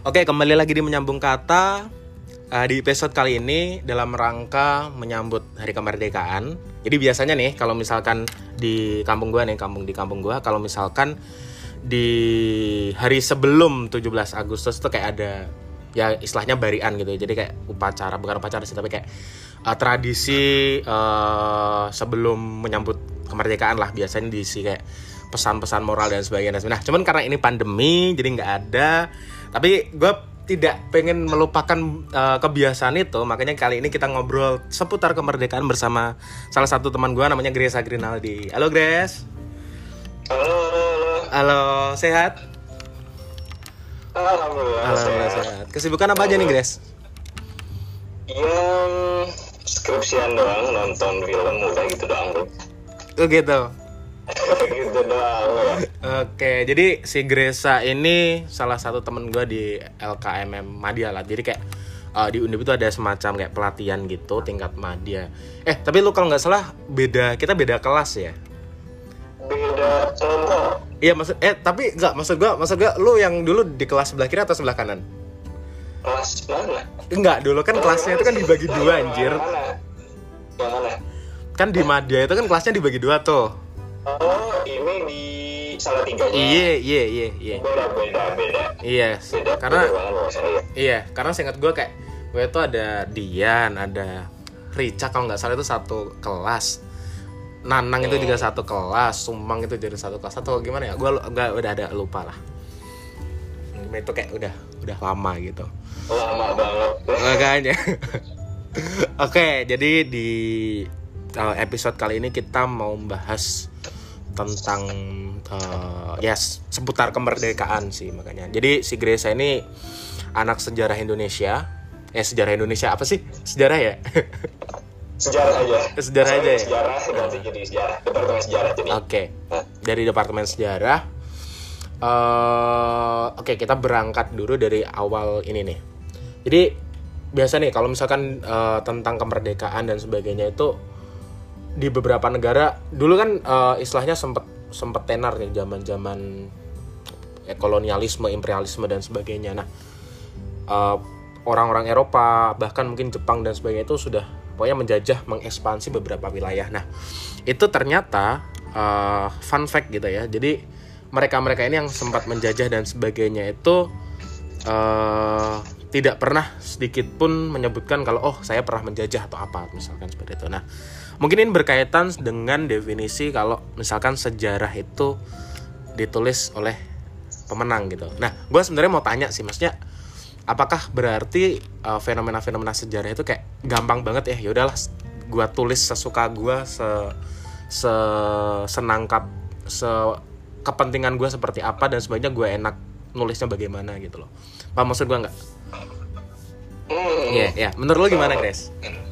Oke, kembali lagi di Menyambung Kata. Di episode kali ini dalam rangka menyambut Hari Kemerdekaan. Jadi biasanya nih kalau misalkan di kampung gue kalau misalkan di hari sebelum 17 Agustus tuh kayak ada ya istilahnya barian gitu. Jadi kayak bukan upacara sih, tapi kayak tradisi sebelum menyambut kemerdekaan lah, biasanya diisi kayak pesan-pesan moral dan sebagainya. Nah, cuman karena ini pandemi jadi nggak ada. Tapi gue tidak pengen melupakan kebiasaan itu, makanya kali ini kita ngobrol seputar kemerdekaan bersama salah satu teman gue namanya Grace Agrinaldi. Halo Grace. Halo, sehat? Alhamdulillah sehat. Kesibukan apa aja nih Grace? Ya, skripsian doang, nonton film udah gitu doang bro. Oh gitu. Gitu doang ya. Oke, jadi si Gresa ini salah satu temen gue di LKMM Madya lah. Jadi kayak di Undip itu ada semacam kayak pelatihan gitu tingkat Madya. Tapi lu kalau nggak salah kita beda kelas ya? Beda kelompok. Iya tapi nggak, maksud gue lu yang dulu di kelas sebelah kiri atau sebelah kanan? Kelas mana? Enggak, dulu kan kelasnya itu kan dibagi dua anjir. Yang mana? Kan di Madya itu kan kelasnya dibagi dua tuh. Oh, ini di Salatiga. Iya. Beda. Iya, Beda karena banget, iya, karena seingat gue kayak gue itu ada Dian, ada Rica kalau nggak salah itu satu kelas, Nanang itu juga satu kelas, Sumbang itu jadi satu kelas atau gimana ya? Gue udah ada lupa lah. Itu kayak udah lama gitu. Lama banget. Makanya. Oke, jadi di episode kali ini kita mau bahas tentang seputar kemerdekaan sih, makanya. Jadi si Gresa ini anak sejarah Indonesia. Sejarah Indonesia apa sih? Sejarah ya? Sejarah aja. Sejarah aja ya? Sejarah ganti jadi sejarah. Departemen sejarah jadi. Oke. Dari Departemen Sejarah. Oke, kita berangkat dulu dari awal ini nih. Jadi biasa nih kalau misalkan tentang kemerdekaan dan sebagainya itu di beberapa negara dulu kan istilahnya sempet tenar nih zaman kolonialisme, imperialisme dan sebagainya. Nah, orang-orang Eropa bahkan mungkin Jepang dan sebagainya itu sudah pokoknya menjajah, mengekspansi beberapa wilayah. Nah, itu ternyata fun fact gitu ya. Jadi mereka ini yang sempat menjajah dan sebagainya itu tidak pernah sedikit pun menyebutkan kalau saya pernah menjajah atau apa misalkan seperti itu. Nah, mungkin ini berkaitan dengan definisi kalau misalkan sejarah itu ditulis oleh pemenang gitu. Nah, gue sebenarnya mau tanya sih, maksudnya apakah berarti fenomena-fenomena sejarah itu kayak gampang banget ya? Ya udahlah, gue tulis sesuka gue, senangkap, kepentingan gue seperti apa dan sebagainya, gue enak nulisnya bagaimana gitu loh. Paham maksud gue nggak? Iya. Menurut lo gimana, Grace?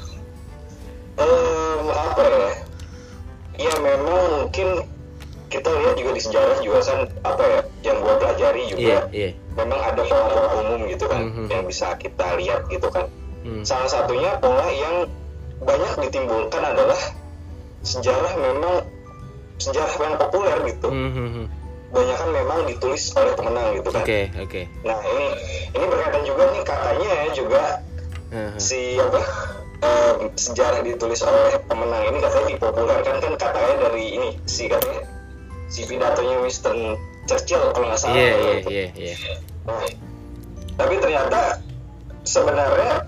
Apa ya? Ya memang mungkin kita lihat juga di sejarah juga kan apa ya, yang gua pelajari juga. Iya. Memang ada pola umum gitu kan, yang bisa kita lihat gitu kan. Salah satunya pola yang banyak ditimbulkan adalah sejarah yang populer gitu. Banyak kan memang ditulis oleh pemenang gitu kan. Oke. Nah, ini berkaitan juga nih katanya juga sejarah ditulis oleh pemenang ini katanya dipopulerkan kan katanya dari ini si pidatonya Winston Churchill kalau nggak salah. Iya. Nah, tapi ternyata sebenarnya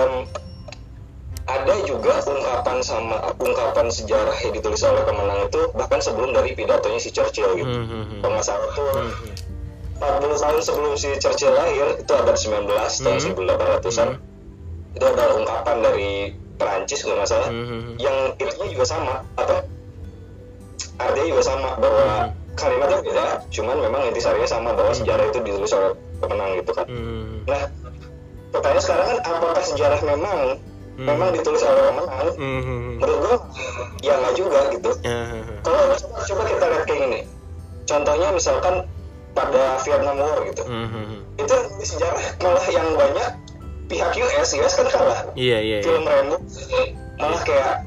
ada juga ungkapan sejarah yang ditulis oleh pemenang itu bahkan sebelum dari pidatonya si Churchill gitu. Kalau nggak salah tuh 40 tahun sebelum si Churchill lahir, itu abad 19 tahun 1800-an. Itu adalah ungkapan dari Perancis kalau nggak salah, yang intinya juga sama atau artinya juga sama, bahwa kalimatnya beda, cuman memang intisarinya sama, bahwa sejarah itu ditulis oleh pemenang gitu kan. Nah, pertanyaan sekarang kan, apakah sejarah memang ditulis oleh pemenang? Menurut gue ya nggak juga gitu. Kalau coba kita lihat kayak gini, contohnya misalkan pada Vietnam War gitu, itu sejarah malah yang banyak pihak US kan kalah. Iya. Film Rambo malah kayak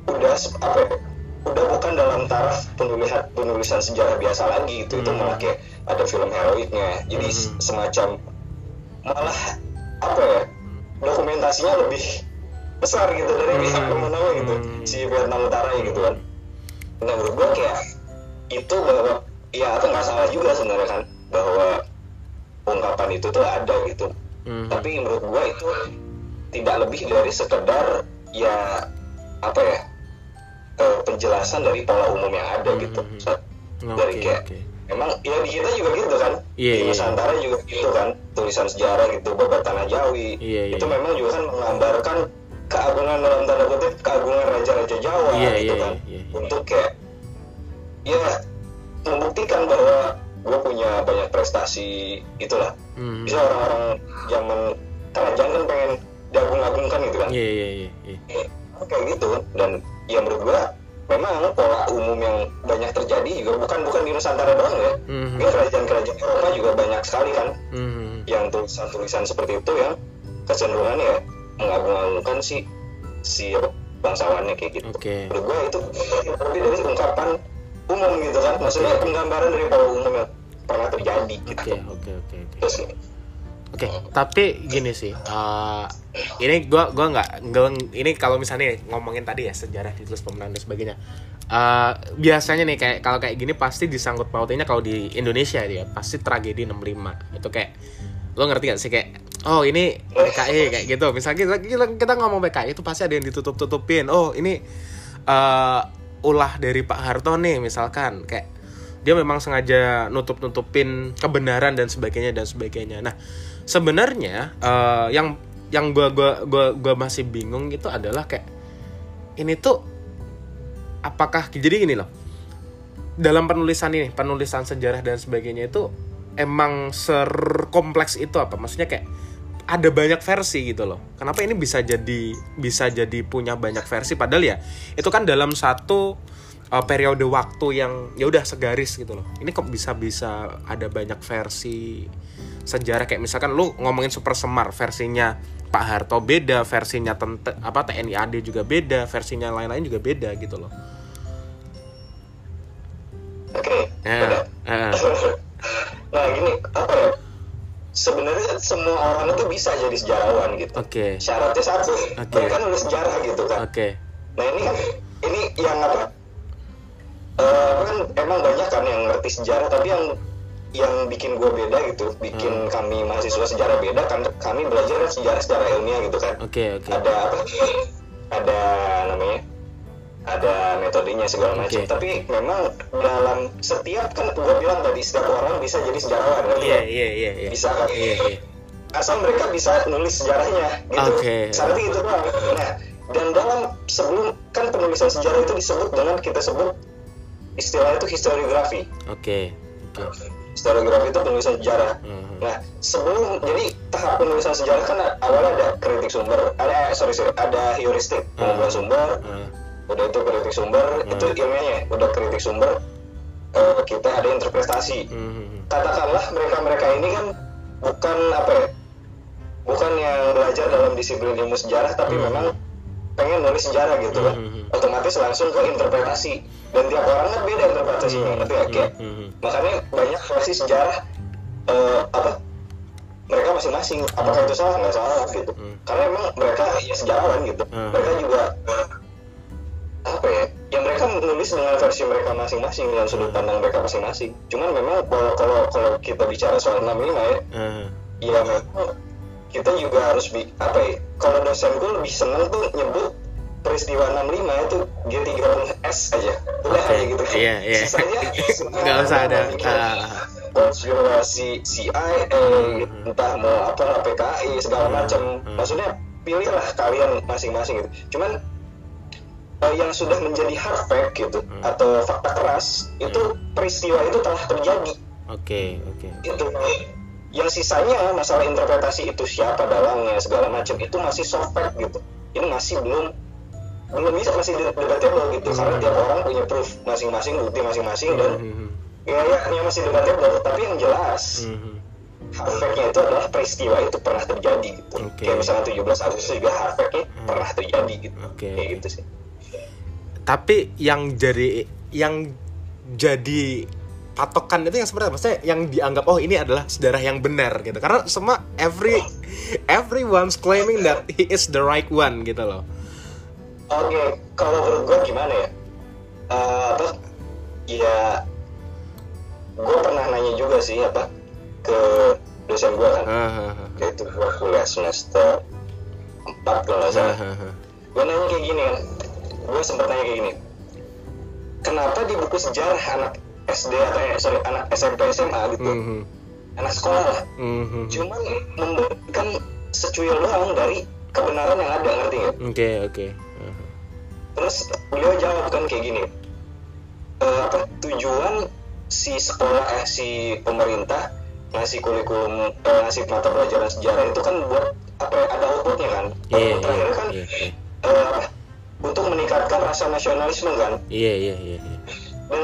udah bukan dalam taraf penulisan sejarah biasa lagi gitu. Itu malah kayak ada film heroiknya. Jadi semacam malah apa ya, dokumentasinya lebih besar gitu dari pihak pemenangnya gitu, si Vietnam Utara gitu kan. Nah menurut gue kayak itu bahwa ya atau nggak salah juga sebenarnya kan bahwa ungkapan itu tuh ada gitu. Tapi menurut gue itu tidak lebih dari sekedar ya apa ya, penjelasan dari pola umum yang ada gitu. Dari kayak emang ya di kita juga gitu kan, di Nusantara juga gitu kan, tulisan sejarah gitu, Babat Tanah Jawi itu memang juga kan menggambarkan keagungan dalam tanda kutip keagungan raja-raja Jawa gitu kan, untuk kayak ya membuktikan bahwa gue punya banyak prestasi itulah. Bisa orang-orang zaman kerajaan kan pengen diagung-agungkan gitu kan. Kayak gitu. Dan ya menurut gue memang pola umum yang banyak terjadi juga bukan di Nusantara doang ya. Kerajaan-kerajaan Eropa juga banyak sekali kan yang tulisan-tulisan seperti itu yang kecenderungannya mengagung-agungkan si bangsawannya kayak gitu. Menurut gue itu lebih dari ungkapan umum gitu kan, maksudnya penggambaran dari pola umum yang pernah terjadi gitu. Oke, tapi gini sih, ini gua nggak ini kalau misalnya ngomongin tadi ya sejarah ditulis pemenang dan sebagainya, biasanya nih kayak gini pasti disangkut pautinnya kalau di Indonesia dia pasti tragedi 65 itu kayak lo ngerti gak sih kayak oh ini PKI kayak gitu, misalnya kita ngomong PKI itu pasti ada yang ditutup-tutupin, oh ini ulah dari Pak Harto nih misalkan, kayak dia memang sengaja nutup-nutupin kebenaran dan sebagainya. Nah sebenarnya yang gue masih bingung itu adalah kayak ini tuh apakah jadi gini loh, dalam penulisan sejarah dan sebagainya itu emang serkompleks itu apa, maksudnya kayak ada banyak versi gitu loh, kenapa ini bisa jadi punya banyak versi padahal ya itu kan dalam satu periode waktu yang ya udah segaris gitu loh. Ini kok bisa ada banyak versi sejarah, kayak misalkan lu ngomongin Super Semar versinya Pak Harto beda, versinya TNI AD juga beda, versinya lain-lain juga beda gitu loh. Nah gini apa ya, sebenarnya semua orang itu bisa jadi sejarawan gitu. Syaratnya satu, mereka nulis sejarah gitu kan. Nah ini yang apa? Kan emang banyak kan yang ngerti sejarah, tapi yang bikin gue beda gitu, bikin kami mahasiswa sejarah beda kan, kami belajar kan sejarah secara ilmiah gitu kan. Ada apa? Ada namanya, ada metodenya segala macam. Tapi memang dalam setiap kan gue bilang tadi setiap orang bisa jadi sejarawan kan? Bisa kan? Asal mereka bisa nulis sejarahnya gitu. Seperti itu doang. Nah dan dalam sebelum kan penulisan sejarah itu disebut dengan kita sebut istilah itu historiografi. Historiografi itu penulisan sejarah. Nah sebelum jadi tahap penulisan sejarah kan awalnya ada kritik sumber, ada heuristik pengumpulan sumber, udah itu kritik sumber, itu ilmiahnya, udah kritik sumber, kita ada interpretasi. Katakanlah mereka ini kan bukan apa ya, bukan yang belajar dalam disiplin ilmu sejarah, tapi memang pengen nulis sejarah gitu kan, otomatis langsung ke interpretasi, dan tiap orang kan beda interpretasinya, ngerti ya kayak makanya banyak versi sejarah mereka masing-masing, apakah itu salah nggak salah gitu, karena emang mereka ya sejarawan gitu, mereka juga apa ya, yang mereka menulis dengan versi mereka masing-masing dan sudut pandang mereka masing-masing. Cuman memang kalau kita bicara soal 65 ya, ya memang kita juga harus apa ya, kalau dosen gue lebih seneng tuh nyebut peristiwa 65 itu G30S aja, udah aja gitu. Sisanya nggak usah ada konspirasi CIA, entah mau apa PKI segala macam. Maksudnya pilihlah kalian masing-masing gitu. Cuman yang sudah menjadi hard fact gitu atau fakta keras itu peristiwa itu telah terjadi. Itu yang sisanya masalah interpretasi itu siapa dalangnya segala macam itu masih soft fact gitu. Ini masih belum bisa, masih debatable gitu, karena tiap orang punya proof masing-masing, bukti masing-masing, dan ya masih debatable. Tapi yang jelas hard fact-nya itu adalah peristiwa itu pernah terjadi gitu. Kayak misalnya 17 Agustus juga hard fact-nya pernah terjadi gitu. Kayak gitu sih. Tapi yang jadi patokan itu yang seperti apa? Maksudnya yang dianggap oh ini adalah sejarah yang benar gitu. Karena semua everyone's claiming that he is the right one gitu loh. Oke, kalau menurut gue gimana ya? Ya gue pernah nanya juga sih ke dosen gue kan. Itu gue kuliah semester 4 kalau nggak salah. Gue nanya kayak gini kan. Gue sempat nanya kayak gini. Kenapa di buku sejarah anak SD atau anak SMP SMA gitu, anak sekolah lah, cuman memberikan secuil doang dari kebenaran yang ada, ngerti nggak? Oke. Terus beliau jawab kan kayak gini, tujuan si sekolah si pemerintah ngasih kurikulum, ngasih mata pelajaran sejarah itu kan buat ada outputnya kan? Terakhir kan untuk meningkatkan rasa nasionalisme kan? Iya. Dan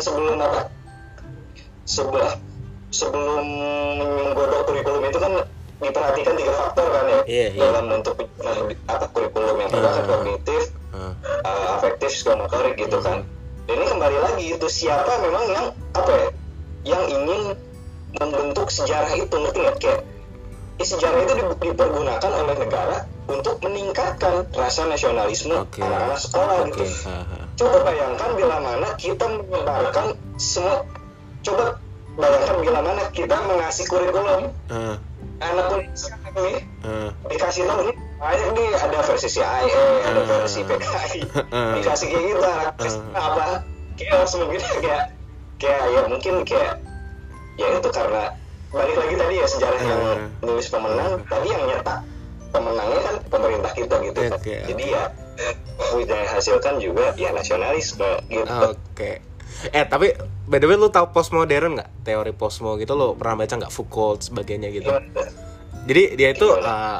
sebelum menggodok kurikulum itu kan diperhatikan 3 faktor kan ya dalam bentuk kurikulum yang pertama kognitif, afektif, psikomotorik gitu kan. Dan ini kembali lagi itu siapa memang yang ingin membentuk sejarah itu, ngerti nggak? Kayak sejarah itu dipergunakan oleh negara untuk meningkatkan rasa nasionalisme anak-anak sekolah gitu. Coba bayangkan bila mana kita menyebarkan semua. Coba bayangkan bila mana kita mengasih kurikulum anak kuliah sekarang ini dikasih tahu nih banyak nih, ada versi CIA, ada versi PKI, dikasih kayak gitu kayak mungkin kayak ya mungkin kayak ya itu karena balik lagi tadi ya sejarah yang nulis pemenang tadi yang nyetak pemenangnya kan pemerintah kita gitu kan. Jadi ya yang hasilkan juga ya nasionalisme gitu. Tapi by the way lu tahu postmodern nggak? Teori postmo gitu lo pernah baca nggak? Foucault sebagainya gitu. Jadi dia itu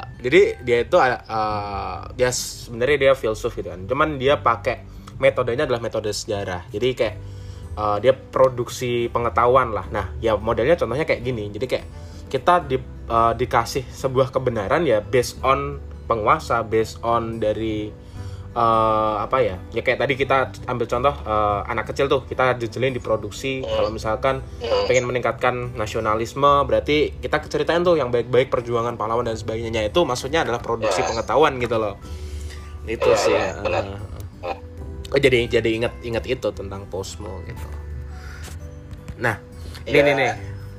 dia sebenarnya dia filsuf gitu kan. Cuman dia pakai metodenya adalah metode sejarah. Jadi kayak dia produksi pengetahuan lah. Nah, ya modelnya contohnya kayak gini. Jadi kayak kita dikasih sebuah kebenaran ya based on penguasa, based on dari ya kayak tadi kita ambil contoh anak kecil tuh kita jejelin diproduksi. Kalau misalkan pengen meningkatkan nasionalisme berarti kita ceritain tuh yang baik-baik perjuangan pahlawan dan sebagainya. Itu maksudnya adalah produksi pengetahuan gitu loh. Itu sih. Jadi ingat itu tentang postmo gitu. Nah, ini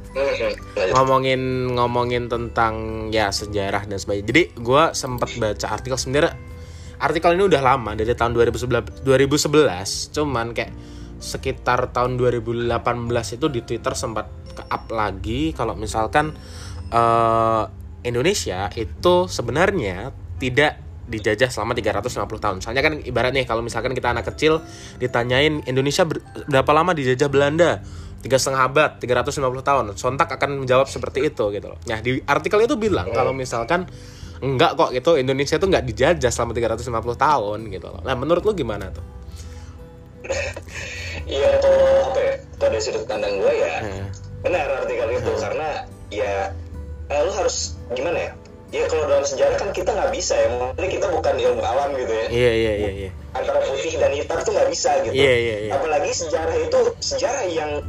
ngomongin tentang ya sejarah dan sebagainya. Jadi gue sempat baca artikel, sebenarnya artikel ini udah lama dari tahun 2011, cuman kayak sekitar tahun 2018 itu di Twitter sempat ke-up lagi kalau misalkan Indonesia itu sebenarnya tidak dijajah selama 350 tahun. Soalnya kan ibarat nih kalau misalkan kita anak kecil ditanyain Indonesia berapa lama dijajah Belanda? 3,5 abad, 350 tahun. Sontak akan menjawab seperti itu gitu loh. Nah, di artikel itu bilang kalau misalkan enggak kok gitu, Indonesia itu enggak dijajah selama 350 tahun gitu loh. Nah, menurut lu gimana tuh? Iya, kalau dari sudut pandang gue ya benar artikel itu karena ya lu harus gimana ya? Ya kalau dalam sejarah kan kita nggak bisa ya, maksudnya kita bukan ilmu alam gitu ya. Iya. Antara putih dan hitam tuh nggak bisa gitu. Iya. Apalagi sejarah itu sejarah yang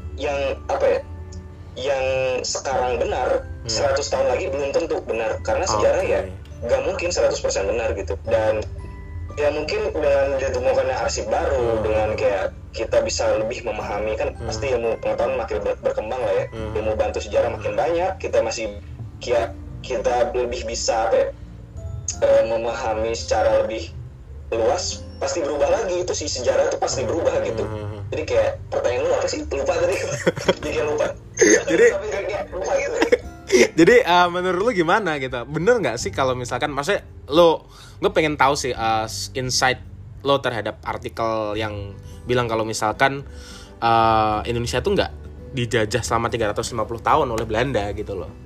yang sekarang benar 100 tahun lagi belum tentu benar karena sejarah ya nggak mungkin 100% benar gitu. Dan ya mungkin dengan ditemukannya arsip baru dengan kayak kita bisa lebih memahami kan pasti ilmu pengetahuan makin berkembang lah ya. Ilmu bantu sejarah makin banyak, kita masih kita lebih bisa memahami secara lebih luas, pasti berubah lagi itu sih, sejarah itu pasti berubah gitu. Jadi kayak pertanyaan lu apa sih? Lupa tadi. Jadi lupa. Lupa gitu. Jadi menurut lu gimana gitu? Bener nggak sih kalau misalkan maksudnya gue pengen tahu sih insight lo terhadap artikel yang bilang kalau misalkan Indonesia tuh nggak dijajah selama 350 tahun oleh Belanda gitu loh.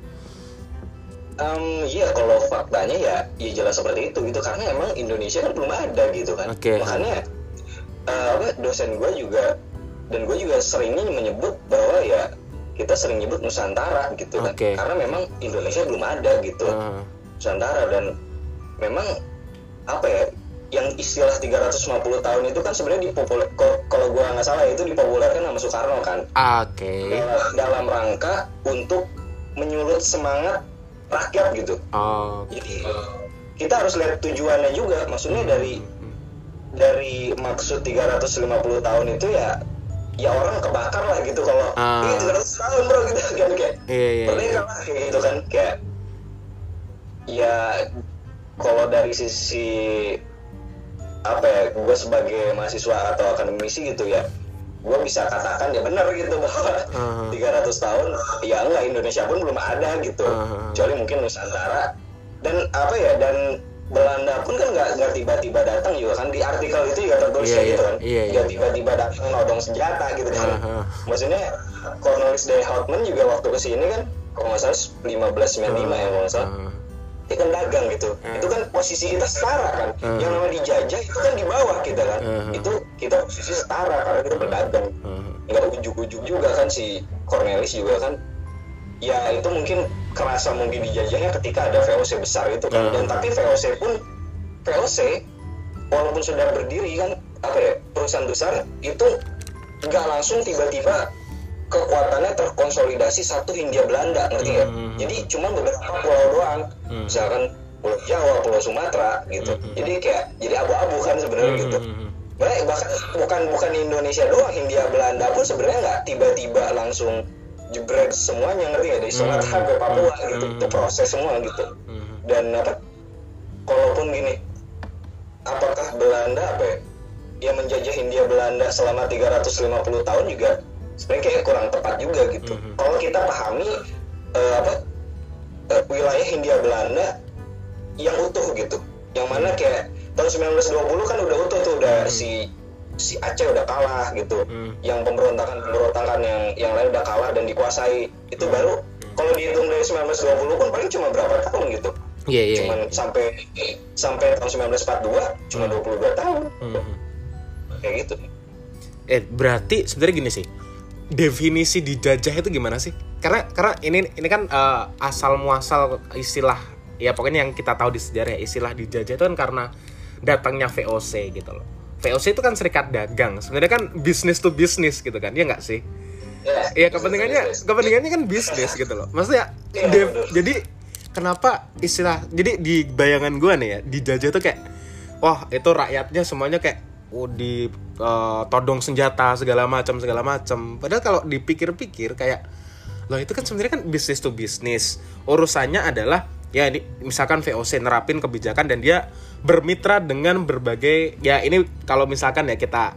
Iya kalau faktanya ya jelas seperti itu gitu karena emang Indonesia kan belum ada gitu kan. Makanya dosen gue juga dan gue juga seringnya menyebut bahwa ya kita sering nyebut Nusantara gitu kan karena memang Indonesia belum ada gitu Nusantara. Dan memang yang istilah 350 tahun itu kan sebenarnya kalau gua nggak salah itu dipopulerkan sama Soekarno kan. Oke. Dalam rangka untuk menyulut semangat rakyat gitu. Jadi kita harus lihat tujuannya juga. Maksudnya dari maksud 350 tahun itu ya orang kebakar lah gitu kalau 300 tahun bro gitu kan kayak merdeka lah kayak gitu kan kayak ya kalau dari sisi apa ya gue sebagai mahasiswa atau akademisi gitu ya gue bisa katakan ya benar gitu bahwa 300 tahun ya enggak Indonesia pun belum ada gitu kecuali mungkin Nusantara dan apa ya dan Belanda pun kan nggak tiba-tiba datang juga kan di artikel itu juga tertulis gitu kan nggak tiba-tiba datang nodong senjata gitu kan maksudnya Cornelis de Houtman juga waktu kesini kan kalau nggak salah 1595 ya kalau nggak salah dia kan dagang gitu itu kan posisi kita setara kan yang namanya dijajah itu kan di bawah kita kan itu kita posisi setara karena kita berdagang nggak ujuk-ujuk juga kan si Cornelis juga kan ya itu mungkin kerasa mungkin dijajahnya ketika ada VOC besar itu kan dan tapi VOC walaupun sudah berdiri kan apa ya perusahaan besar itu nggak langsung tiba-tiba kekuatannya terkonsolidasi satu Hindia Belanda ngerti nggak? Jadi cuma beberapa pulau doang misalkan Pulau Jawa, Pulau Sumatera gitu jadi abu-abu kan sebenarnya gitu bahkan bukan Indonesia doang Hindia Belanda pun sebenarnya nggak tiba-tiba langsung jebret semuanya ngerti ya dari Sumatera sampai Papua gitu itu proses semua gitu dan kalaupun gini apakah Belanda yang menjajah Hindia Belanda selama 350 tahun juga sebenarnya kayak kurang tepat juga gitu kalau kita pahami wilayah Hindia Belanda yang utuh gitu yang mana kayak tahun 1920 kan udah utuh tuh udah si Aceh udah kalah gitu yang pemberontakan yang lain udah kalah dan dikuasai itu baru kalau dihitung dari 1920 pun paling cuma berapa tahun gitu cuman sampai tahun 1942 cuma 22 tahun kayak gitu berarti sebenarnya gini sih definisi dijajah itu gimana sih karena ini kan asal muasal istilah ya pokoknya yang kita tahu di sejarah istilah dijajah itu kan karena datangnya VOC gitu loh VOC itu kan serikat dagang, sebenarnya kan business to business gitu kan, ya nggak sih? Ya kepentingannya kan bisnis gitu loh. Maksudnya, jadi kenapa istilah, jadi di bayangan gue nih ya, dijajah itu kayak, wah itu rakyatnya semuanya kayak, ditodong senjata segala macam. Padahal kalau dipikir-pikir kayak, loh itu kan sebenarnya kan business to business. Urusannya adalah ya misalkan VOC nerapin kebijakan dan dia bermitra dengan berbagai ya ini kalau misalkan ya kita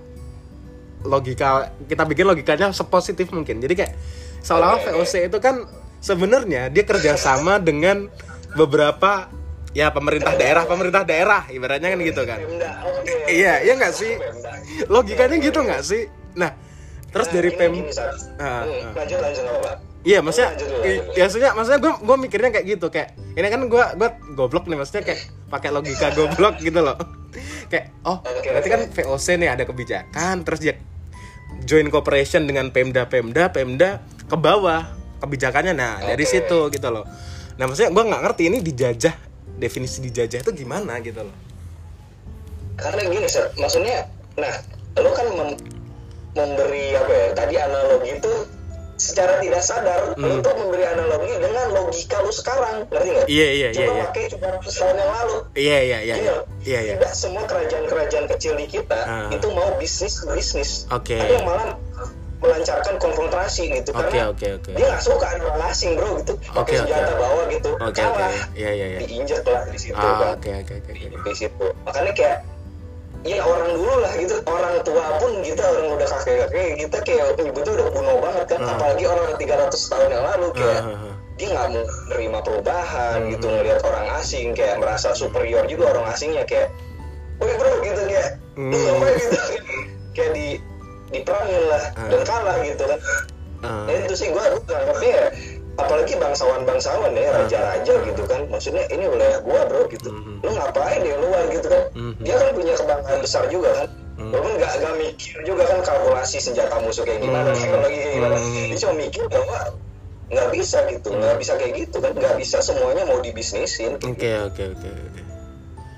bikin logikanya sepositif mungkin jadi kayak seolah-olah VOC itu kan sebenarnya dia kerjasama dengan beberapa ya pemerintah daerah ibaratnya kan gitu kan iya nggak sih logikanya gitu nggak sih nah terus dari lanjut apa iya, maksudnya gue mikirnya kayak gitu kayak ini kan gue goblok nih maksudnya kayak pakai logika goblok gitu loh kayak berarti kan VOC nih ada kebijakan terus dia join cooperation dengan Pemda ke bawah kebijakannya dari situ gitu loh. Nah maksudnya gue nggak ngerti ini dijajah definisi dijajah itu gimana gitu loh. Karena gini maksudnya lo kan memberi tadi analogi itu secara tidak sadar untuk memberi analogi dengan logika lu sekarang, ngerti nggak? Iya. Pakai cuma 100 tahun yang lalu. Iya. Tidak semua kerajaan kecil di kita itu mau bisnis. Oke. Ada yang malah melancarkan konfrontasi gitu karena dia nggak suka ada orang asing bro gitu pakai senjata bawa gitu kalah. Iya. Diinjak lah di situ kan. Di situ. Makanya kayak ya orang dulu lah gitu, orang tua pun kita orang udah kakek kita kayak nyebutnya udah kuno banget kan, apalagi orang 300 tahun yang lalu kayak dia nggak mau nerima perubahan gitu, ngelihat orang asing kayak merasa superior juga orang asingnya kayak, woi bro gitu kayak, lu ngapain gitu, kayak diperangin lah dan kalah gitu kan. Itu sih gue ngerti ya, apalagi bangsawan ya raja-raja gitu kan, maksudnya ini wilayah gua bro gitu, lu ngapain di luar gitu kan, dia kan punya kebanggaan besar juga kan, walaupun nggak mikir juga kan kalkulasi senjata musuh kayak gimana, teknologi kayak gimana, dia cuma mikir bahwa nggak bisa gitu, nggak bisa kayak gitu kan, nggak bisa semuanya mau dibisnisin. Oke.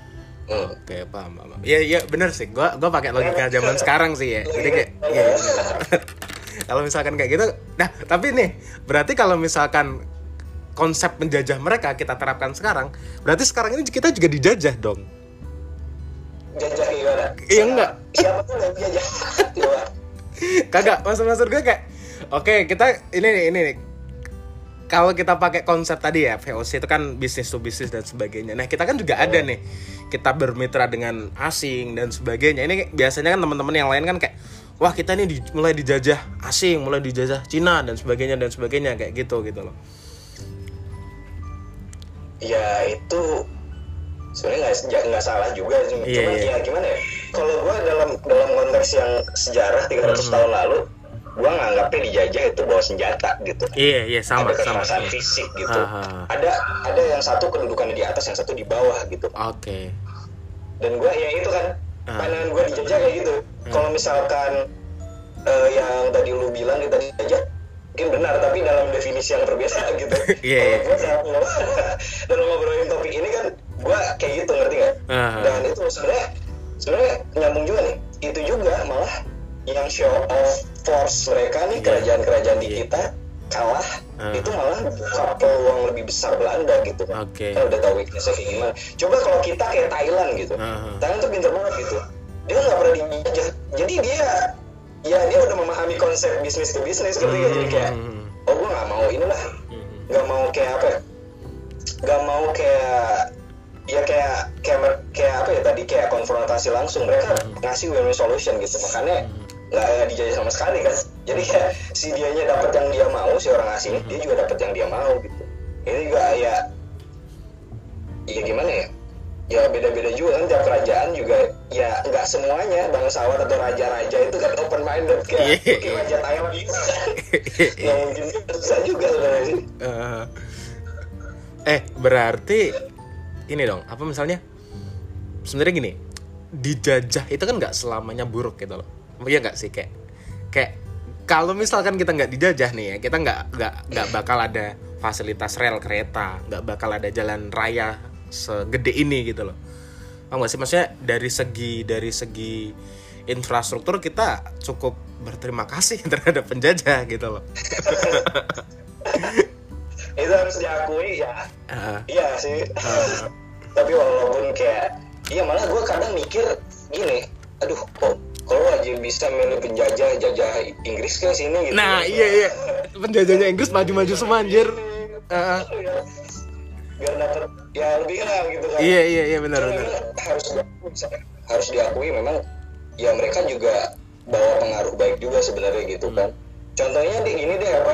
Oke, paham. Iya bener sih. Gua pakai logika zaman sekarang sih ya. Jadi kayak iya. Kalau misalkan kayak gitu, nah tapi nih berarti kalau misalkan konsep menjajah mereka kita terapkan sekarang, berarti sekarang ini kita juga dijajah dong. Jajah gimana? Iya enggak? Siapa tuh yang jajah? Kagak, maksud gue kayak oke, kita ini nih. Kalau kita pakai konsep tadi ya, VOC itu kan bisnis to bisnis dan sebagainya. Nah, kita kan juga ada nih. Kita bermitra dengan asing dan sebagainya. Ini biasanya kan teman-teman yang lain kan kayak wah, kita ini mulai dijajah asing, mulai dijajah Cina dan sebagainya kayak gitu loh. Ya, itu sebenarnya nggak salah juga, cuma ya gimana ya? Kalau gue dalam konteks yang sejarah 300 tahun lalu, gue nganggapnya dijajah itu bawa senjata gitu. Iya sama. Ada kekerasan fisik gitu. Ada yang satu kedudukannya di atas, yang satu di bawah gitu. Oke. Dan gue ya itu kan pandangan gue dijajah kayak gitu. Kalau misalkan yang tadi lu bilang kita dijajah, mungkin benar, tapi dalam definisi yang berbeda gitu. Kalau gue dalam ngobrolin topik ini kan gue kayak gitu, ngerti nggak? Dan itu sebenarnya nyambung juga nih. Itu juga malah yang show of force mereka nih, kerajaan-kerajaan di kita kalah, itu malah buka peluang lebih besar Belanda gitu kan. Kan udah tahu weakness-nya kayak gimana. Coba kalau kita kayak Thailand gitu, Thailand tuh pintar banget gitu, dia nggak pernah dijajah, jadi dia udah memahami konsep bisnis to bisnis gitu. Jadi kayak gue nggak mau inilah, nggak mau kayak apa ya, nggak mau kayak apa ya tadi, kayak konfrontasi langsung. Mereka ngasih win-win solution gitu, makanya nggak dijajah sama sekali kan. Jadi kayak si dianya dapat yang dia mau, si orang asing dia juga dapat yang dia mau gitu. Ini juga ya gimana ya, ya beda-beda juga kan, tiap kerajaan juga ya nggak semuanya bangsawan atau raja-raja itu kan open minded kayak raja Thailand gitu kan. Nggak mungkin, susah juga sebenarnya sih. Berarti ini dong, apa misalnya sebenarnya gini, dijajah itu kan nggak selamanya buruk gitu loh. Iya nggak sih, kayak kalau misalkan kita nggak dijajah nih ya, kita nggak bakal ada fasilitas rel kereta, nggak bakal ada jalan raya segede ini gitu loh. Paham nggak sih, maksudnya dari segi infrastruktur kita cukup berterima kasih terhadap penjajah gitu loh. Itu harus diakui ya. Iya sih. Tapi walaupun kayak malah gue kadang mikir gini, aduh kok kalau aja bisa milih jajah Inggris ke sini gitu. Nah iya penjajahnya Inggris maju semua anjir. Biar dapat ya lebih lah gitu kan. Iya benar. Harus diakui memang ya mereka juga bawa pengaruh baik juga sebenarnya gitu kan. Contohnya ini deh apa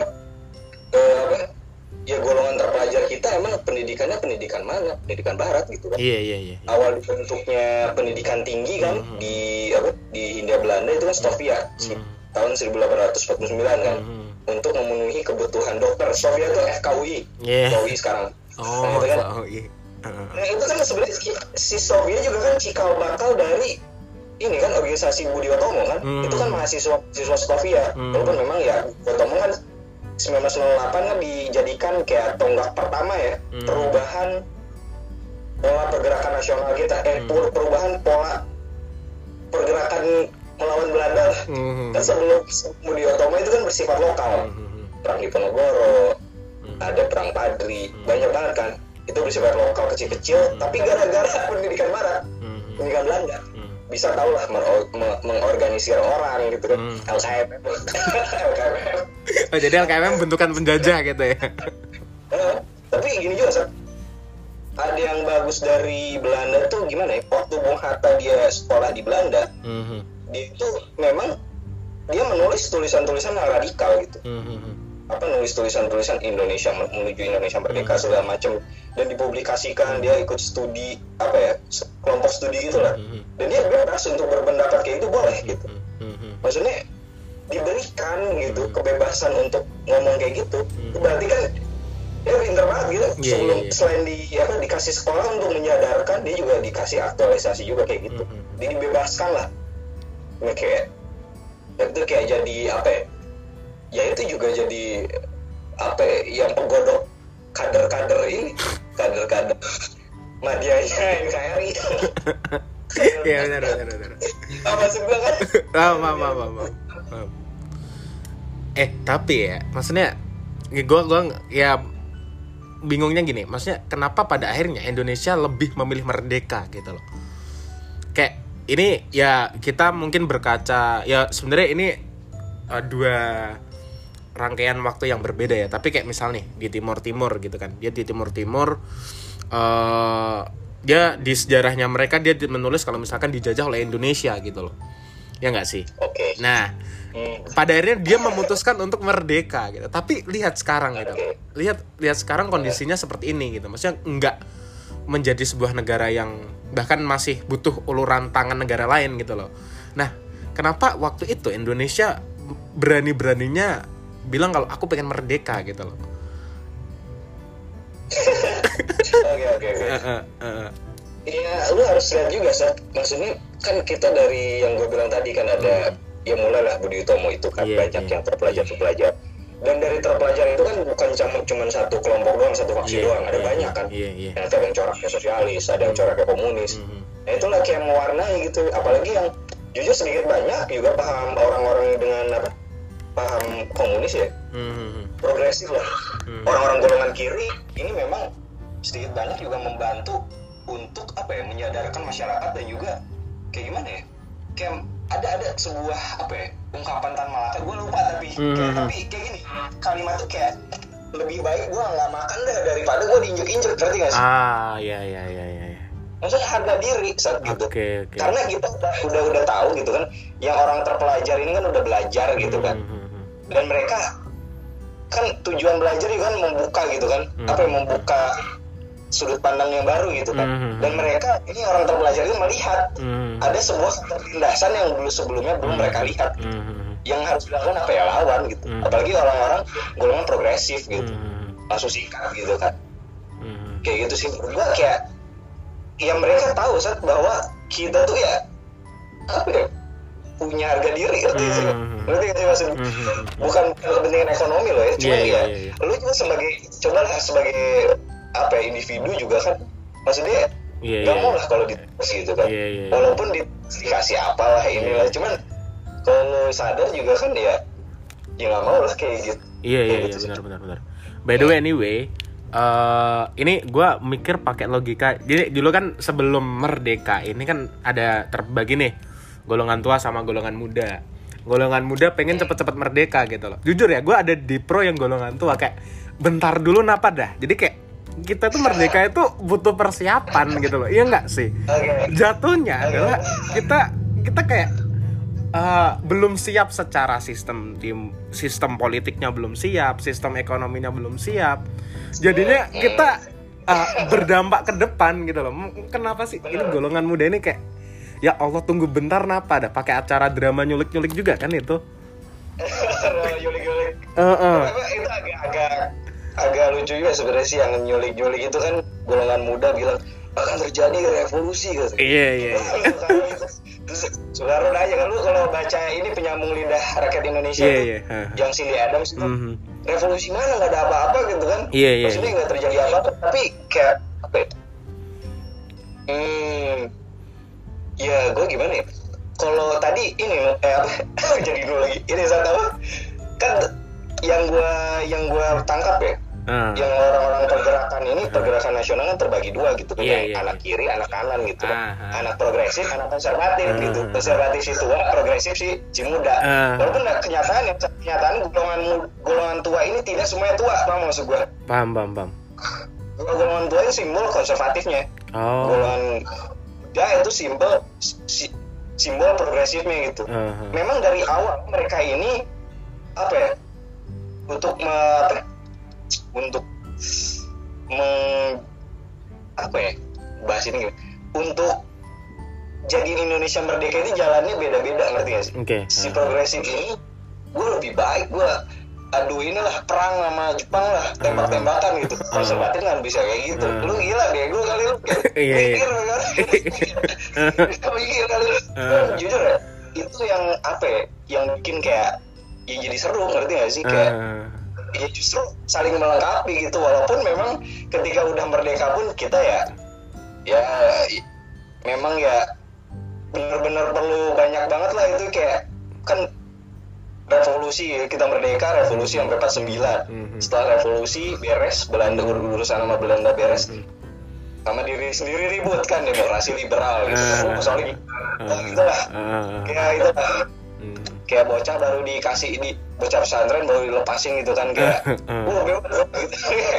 ya, golongan terpelajar kita emang pendidikannya pendidikan mana? Pendidikan barat gitu kan. Iya. Awal dibentuknya pendidikan tinggi kan di Hindia Belanda itu kan Stovia tahun 1849 kan, untuk memenuhi kebutuhan dokter. Stovia itu FKUI. FKUI sekarang. Nah, itu kan. Nah, itu kan sebenarnya si Stovia juga kan cikal bakal dari ini kan organisasi Budi Utomo kan. Itu kan mahasiswa Stovia. Walaupun memang ya Utomo kan 1908 kan dijadikan kayak tonggak pertama ya, perubahan pola pergerakan nasional kita, perubahan pola pergerakan melawan Belanda lah. Kan sebelum Budi Utomo itu kan bersifat lokal, perang Diponegoro, ada perang Padri, banyak banget kan, itu bersifat lokal kecil-kecil, tapi gara-gara pendidikan Barat, pendidikan Belanda, bisa tahu lah mengorganisir orang gitu kan. LKMM. Oh, jadi LKMM bentukan penjajah gitu ya. Tapi gini juga Sat, ada yang bagus dari Belanda tuh gimana ya, waktu Bung Hatta dia sekolah di Belanda, dia itu memang dia menulis tulisan-tulisan yang radikal gitu. Nulis tulisan-tulisan Indonesia menuju Indonesia merdeka segala macam, dan dipublikasikan. Dia ikut studi kelompok studi gitulah, dan dia bebas untuk berpendapat kayak itu, boleh gitu. Maksudnya diberikan gitu kebebasan untuk ngomong kayak gitu. Berarti kan dia pintar banget gitu. Selain dikasih sekolah untuk menyadarkan, dia juga dikasih aktualisasi juga kayak gitu. Dia dibebaskan lah. Kayak itu kayak jadi ya itu juga jadi yang penggodok kader-kader Madianya NKRI. Iya benar. Maksud gue kan. Maaf. Tapi ya, maksudnya gue ya bingungnya gini, maksudnya kenapa pada akhirnya Indonesia lebih memilih merdeka gitu loh. Kayak ini ya kita mungkin berkaca, ya sebenarnya ini dua rangkaian waktu yang berbeda ya. Tapi kayak misal nih di Timur gitu kan, dia di Timur dia di sejarahnya mereka dia menulis kalau misalkan dijajah oleh Indonesia gitu loh, ya nggak sih? Oke. Nah, pada akhirnya dia memutuskan untuk merdeka gitu. Tapi lihat sekarang gitu. Lihat sekarang kondisinya seperti ini gitu. Maksudnya nggak menjadi sebuah negara yang bahkan masih butuh uluran tangan negara lain gitu loh. Nah, kenapa waktu itu Indonesia berani-beraninya bilang kalau aku pengen merdeka gitu loh? Oke. Iya, lu harus lihat juga, Sat. Maksudnya kan kita dari yang gue bilang tadi kan ada ya mulailah Budi Utomo itu kan banyak yang terpelajar. Dan dari terpelajar itu kan bukan cuma satu kelompok doang, satu faksi doang, ada banyak kan. Ada yang coraknya sosialis, ada yang coraknya komunis. Nah itulah kayak mewarnai gitu. Apalagi yang jujur sedikit banyak juga paham orang-orang dengan paham komunis ya, progresif lah. Orang-orang golongan kiri ini memang sedikit banyak juga membantu untuk menyadarkan masyarakat dan juga kayak gimana ya, kayak ada sebuah ungkapan Tan Malaka, gue lupa tapi kayak gini, kalimat tuh kayak lebih baik gue nggak makan deh daripada gue diinjek-injek, ngerti nggak sih? Iya. Maksudnya harga diri saat gitu. Okay. Karena kita udah tahu gitu kan, yang orang terpelajar ini kan udah belajar gitu kan, dan mereka kan tujuan belajar juga kan membuka gitu kan, membuka sudut pandang yang baru gitu kan. Dan mereka ini orang terpelajar itu melihat ada sebuah ketertindasan yang sebelumnya belum mereka lihat. Yang harus dilakukan lawan gitu. Apalagi orang-orang golongan progresif gitu. Langsung sikat gitu kan. Kayak gitu sih. Gue kayak ya mereka tahu Sat, bahwa kita tuh ya punya harga diri, ngerti sih maksudnya. Bukan kepentingan ekonomi loh ya, cuma lu juga sebagai individu juga kan, maksudnya nggak mau lah kalau dikasih gitu kan, walaupun dikasih apalah inilah, cuman kalau sadar juga kan ya nggak mau lah kayak gitu. Iya benar. By the way anyway, ini gue mikir pakai logika. Jadi dulu kan sebelum merdeka ini kan ada terbagi nih golongan tua sama golongan muda. Golongan muda pengen cepet-cepet merdeka gitu loh. Jujur ya, gue ada di pro yang golongan tua kayak bentar dulu napa dah. Jadi kayak kita tuh merdeka itu butuh persiapan gitu loh. Iya nggak sih? Jatuhnya adalah kita kayak belum siap secara sistem politiknya belum siap, sistem ekonominya belum siap. Jadinya kita berdampak ke depan gitu loh. Kenapa sih ini golongan muda ini kayak ya Allah tunggu bentar napa dah, pakai acara drama nyulik-nyulik juga kan itu. Nyulik-nyulik. Itu agak lucu juga sebenarnya sih, yang nyulik-nyulik itu kan golongan muda bilang akan terjadi revolusi gitu. Iya. Terus Soekarno aja kan, lu kalau baca ini Penyambung Lidah Rakyat Indonesia yang Cindy Adams itu revolusi mana, nggak ada apa-apa gitu kan. Maksudnya nggak terjadi apa-apa, tapi kayak ya gue gimana ya, kalau tadi ini jadi dulu lagi ini saat kan yang gue tangkap ya, yang orang-orang pergerakan nasional kan terbagi dua gitu, anak kiri, anak kanan gitu, anak progresif, anak konservatif gitu. Konservatif si tua, progresif si muda. Walaupun kenyataan golongan tua ini tidak semuanya tua, paham maksud gue? Paham. Golongan tua itu simbol konservatifnya. Golongan itu simbol progresifnya gitu. Memang dari awal mereka ini untuk bahas ini gimana? Untuk jadi Indonesia merdeka ini jalannya beda-beda, ngerti gak sih? Si progresif ini gue lebih baik, gue perang sama Jepang lah, tembak-tembakan gitu. Konservatif nggak bisa kayak gitu. Lu gila bego kali lu. Mikir kali lu. Jujur ya, itu yang yang bikin kayak ya jadi seru, ngerti gak sih? Kayak ya justru saling melengkapi gitu. Walaupun memang ketika udah merdeka pun kita ya ya memang ya benar-benar perlu banyak banget lah itu, kayak kan revolusi, kita merdeka revolusi sampai 49. Setelah revolusi beres, Belanda urusan sama Belanda beres, sama diri sendiri ribut kan, demokrasi liberal gitu. Soalnya gitu lah. Kayak itu lah. Kayak bocah baru dikasih ini, bocah pesantren baru dilepasin gitu kan, kayak bebas gitu.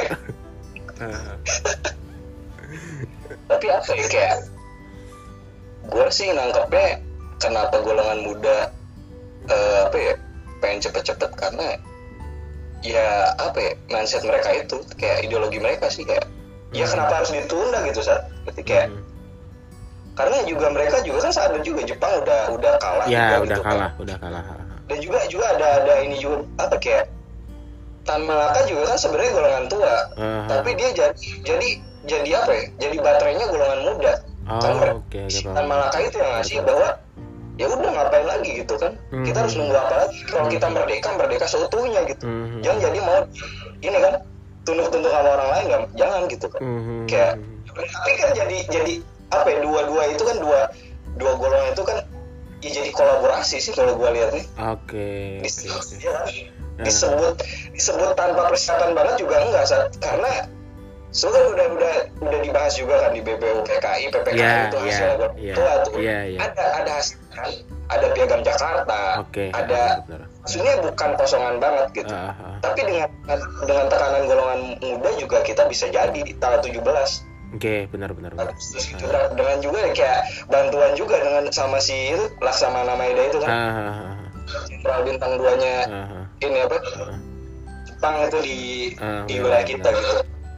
Tapi apa ya, kayak gue sih nangkepnya kenapa golongan muda pengen cepet-cepet, karena ya apa ya, mindset mereka itu kayak ideologi mereka sih, kayak ya kenapa harus ditunda gitu saat kayak karena juga mereka juga kan sadar juga Jepang udah kalah ya, juga, udah kalah. Dan juga ada ini juga apa, kayak Tan Malaka juga kan sebenarnya golongan tua, tapi dia jadi apa ya, jadi baterainya golongan muda. Tan Malaka itu yang ngasih bahwa ya udah ngapain lagi gitu kan, kita harus nunggu apa lagi, kalau kita merdeka seutuhnya gitu. Jangan jadi mau ini kan tunduk-tunduk sama orang lain, kan jangan gitu kan. Kayak tapi kan jadi apa ya, dua itu kan dua golongan itu kan ya jadi kolaborasi sih kalau gue lihat nih. Disebut tanpa persiapan banget juga enggak, karena sebenarnya udah dibahas juga kan di BPUPKI, PPKI itu hasilnya tua tuh. Ada hasil kan, ada Piagam Jakarta, ada maksudnya bukan kosongan banget gitu. Tapi dengan tekanan golongan muda juga kita bisa jadi di tanggal 17. Benar. Dengan juga kayak bantuan juga dengan sama si itu Laksamana Maeda itu kan. Jenderal bintang 2-nya ini apa? Jepang itu di wilayah kita gitu.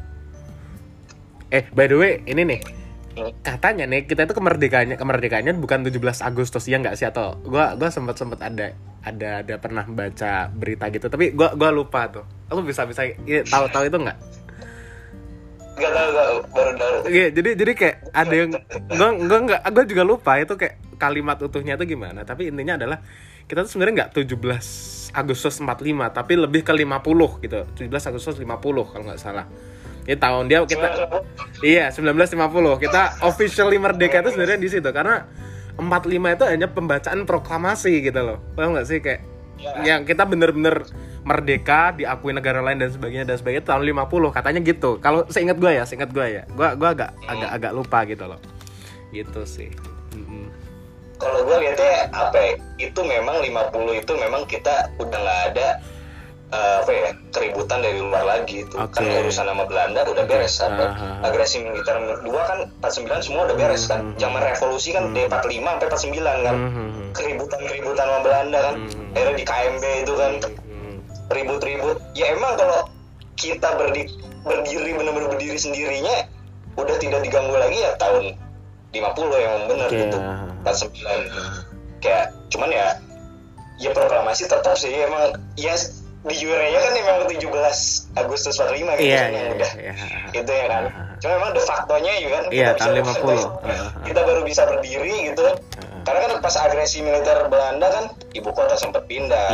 By the way, ini nih. Katanya nih kita itu kemerdekaannya bukan 17 Agustus ya nggak sih, atau gua sempat ada pernah baca berita gitu, tapi gua lupa tuh. Lu bisa tahu itu nggak? Gak baru. Jadi kayak ada yang gue juga lupa itu kayak kalimat utuhnya itu gimana, tapi intinya adalah kita tuh sebenarnya nggak 17 Agustus 45 tapi lebih ke 50 gitu, 17 Agustus 50 kalau nggak salah. Ini tahun dia kita 1950 kita officially merdeka itu sebenarnya di situ, karena 45 itu hanya pembacaan proklamasi gitu loh, paham nggak sih, kayak yang kita bener-bener merdeka, diakui negara lain dan sebagainya tahun 50 katanya gitu. Kalau seingat gue ya. Gue agak lupa gitu loh. Gitu sih. Kalau gue lihatnya apa ya, itu memang 50 itu memang kita udah nggak ada keributan dari luar lagi itu. Kan urusan sama Belanda udah beres. Agresi militer 2 kan 49 semua udah beres kan. Zaman revolusi kan dari 45 sampai 49 kan. Keributan sama Belanda kan. Akhirnya di KMB itu kan ribut-ribut. Ya emang kalau kita berdiri benar-benar berdiri sendirinya udah tidak diganggu lagi ya tahun 50 yang benar gitu. 49. Kayak cuman ya proklamasi tetap sih emang ya di jurenya kan emang 17 Agustus 45 gitu yang udah gitu ya kan. Cuma emang de facto-nya juga kan tahun 50 kita baru bisa berdiri gitu. Karena kan pas agresi militer Belanda kan ibu kota sempat pindah.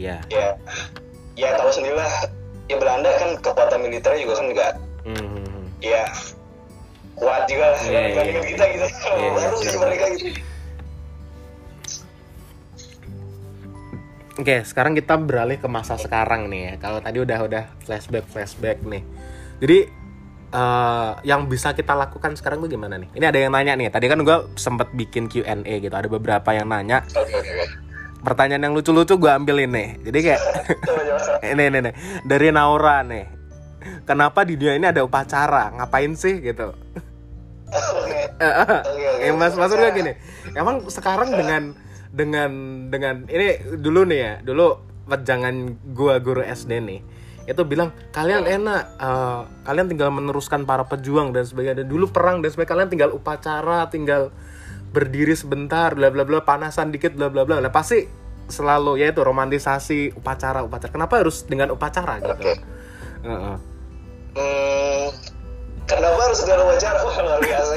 Ya tahu sendirilah, ya Belanda kan kekuatan militernya juga kan enggak ya kuat juga lah dibandingkan kita gitu. Baru sih mereka gitu. Oke, sekarang kita beralih ke masa sekarang nih ya. Kalau tadi udah flashback nih. Jadi yang bisa kita lakukan sekarang tuh gimana nih? Ini ada yang nanya nih. Tadi kan gue sempet bikin Q&A gitu. Ada beberapa yang nanya. Pertanyaan yang lucu-lucu gue ambilin nih. Jadi kayak ini dari Naura nih. Kenapa di dunia ini ada upacara? Ngapain sih gitu? Maksud gue gini. Emang sekarang dengan ini dulu nih ya, dulu jangan gua guru SD nih itu bilang kalian enak, kalian tinggal meneruskan para pejuang dan sebagainya. Dan dulu perang dan sebagainya, kalian tinggal upacara, tinggal berdiri sebentar, bla bla bla, panasan dikit, bla bla bla. Nah pasti selalu ya itu romantisasi upacara. Kenapa harus dengan upacara gitu? Kenapa harus dengan upacara? Wah luar biasa.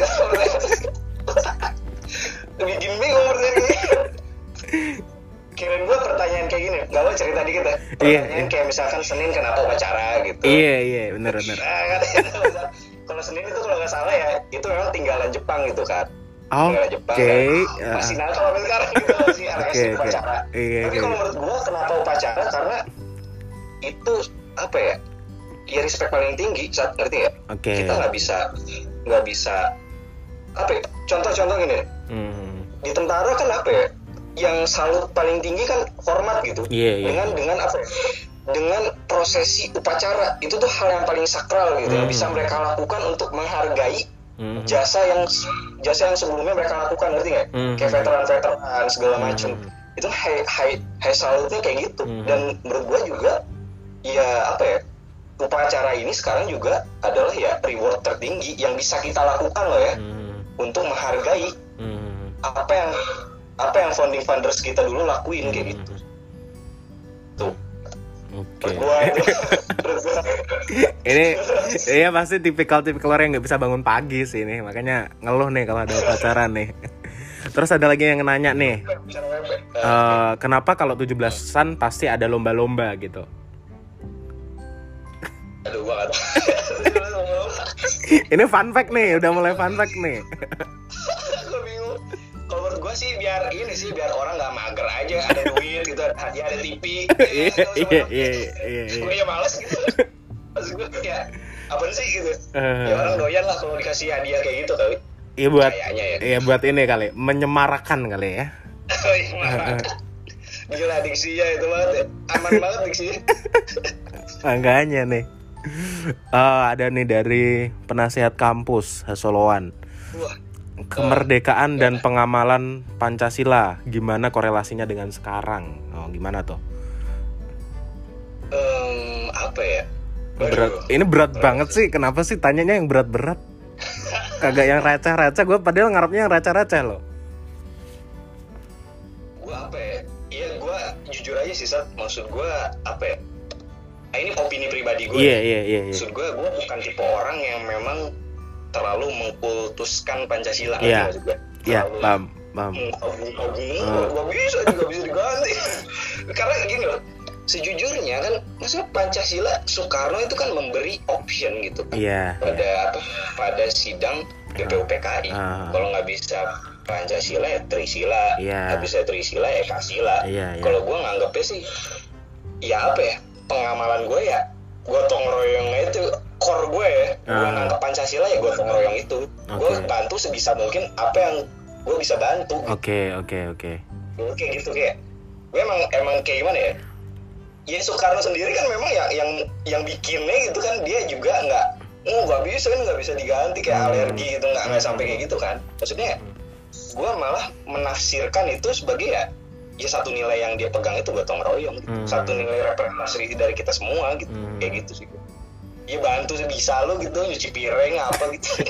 Bikin bingung berarti. Kirain gue pertanyaan kayak gini, gak mau cerita dikit ya. Pertanyaan kayak misalkan Senin kenapa upacara gitu. Iya benar. Kalau kalau Senin itu kalau nggak salah ya itu memang tinggalan Jepang gitu kan. Tinggalan Jepang masih nakal sampai sekarang gitu masih RS upacara. Tapi kalau menurut gua kenapa upacara, karena itu apa ya? Ya respect paling tinggi, ngerti ya? Kita nggak bisa apa ya? Contoh gini. Di tentara kan apa ya? Yang salut paling tinggi kan hormat gitu. Dengan apa ya? Dengan prosesi upacara itu tuh hal yang paling sakral gitu yang bisa mereka lakukan untuk menghargai jasa yang sebelumnya mereka lakukan, ngerti nggak? Kayak veteran segala macam itu high salutnya kayak gitu. Dan menurut gua juga ya apa ya, upacara ini sekarang juga adalah ya reward tertinggi yang bisa kita lakukan loh ya untuk menghargai apa yang founding fathers kita dulu lakuin kayak gitu. Tuh. Ini ya pasti tipikal orang yang nggak bisa bangun pagi sih ini, makanya ngeluh nih kalau ada upacara nih. Terus ada lagi yang nanya nih, kenapa kalau 17-an pasti ada lomba-lomba gitu? Aduh, gua nggak tahu. Ini fun fact nih, udah mulai fun fact nih. Gue bingung. Kalau menurut gue sih biar orang nggak mager aja, ada duit gitu, ada hadiah, ada TV. Iya. Gue ya males gitu. Maksud gue ya apa sih gitu. Ya orang doyan lah kalau dikasih hadiah kayak gitu kali. Iya buat ini kali, menyemarakan kali ya. Gila diksinya itu banget ya. Aman banget diksinya. Makanya nih. Ada nih dari penasihat kampus Hasoloan. Kemerdekaan dan pengamalan Pancasila, gimana korelasinya dengan sekarang? Gimana tuh? Apa ya? Ini berat banget sih. Kenapa sih tanyanya yang berat-berat? Kagak yang receh-receh. Gue padahal ngarepnya yang receh-receh loh. Gue apa ya? Iya gue jujur aja sih Sat. Maksud gue apa ya? Ini opini pribadi gue. Iya. Maksud gue bukan tipe orang yang memang terlalu mengkultuskan Pancasila. Iya, paham. Gak bisa diganti. Karena gini loh, sejujurnya kan, maksudnya Pancasila, Soekarno itu kan memberi option gitu kan. Pada sidang BPUPKI. Kalau nggak bisa Pancasila ya Trisila, nggak bisa Trisila ya Kasila. Kalau gue nganggapnya sih, ya apa ya, pengamalan gue ya gotong royongnya itu core gue ya. Gue nganggap Pancasila ya gotong royong itu. Gue bantu sebisa mungkin apa yang gue bisa bantu. Oke. Gue kayak gitu, kayak gue emang kayak gimana ya? Ya Soekarno sendiri kan memang ya yang bikinnya gitu kan, dia juga nggak bisa diganti, kayak alergi gitu, nggak sampai kayak gitu kan. Maksudnya gue malah menafsirkan itu sebagai ya satu nilai yang dia pegang itu gotong royong gitu. Satu nilai representasi dari kita semua gitu. Kayak gitu sih. Ya bantu sebisa lu gitu, nyuci piring apa gitu.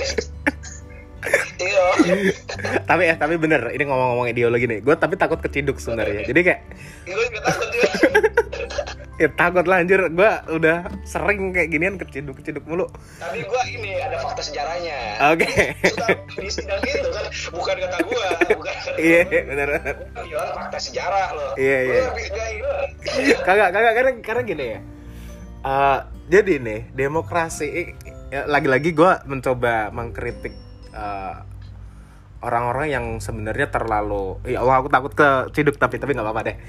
Iya. Tapi bener, ini ngomong-ngomong ideologi nih. Gue tapi takut keciduk sebenarnya. Jadi kayak gue juga takut juga. Ya takut lah anjir, gue udah sering kayak ginian keciduk mulu. Tapi gue ini ada fakta sejarahnya. Oke. Di sidang itu kan bukan kata gue, bukan. Iya, benar. Gue bilang fakta sejarah loh. Iya. Kagak karena gini ya. Jadi nih, demokrasi lagi-lagi gue mencoba mengkritik orang-orang yang sebenarnya terlalu, ya Allah aku takut keciduk tapi nggak apa-apa deh.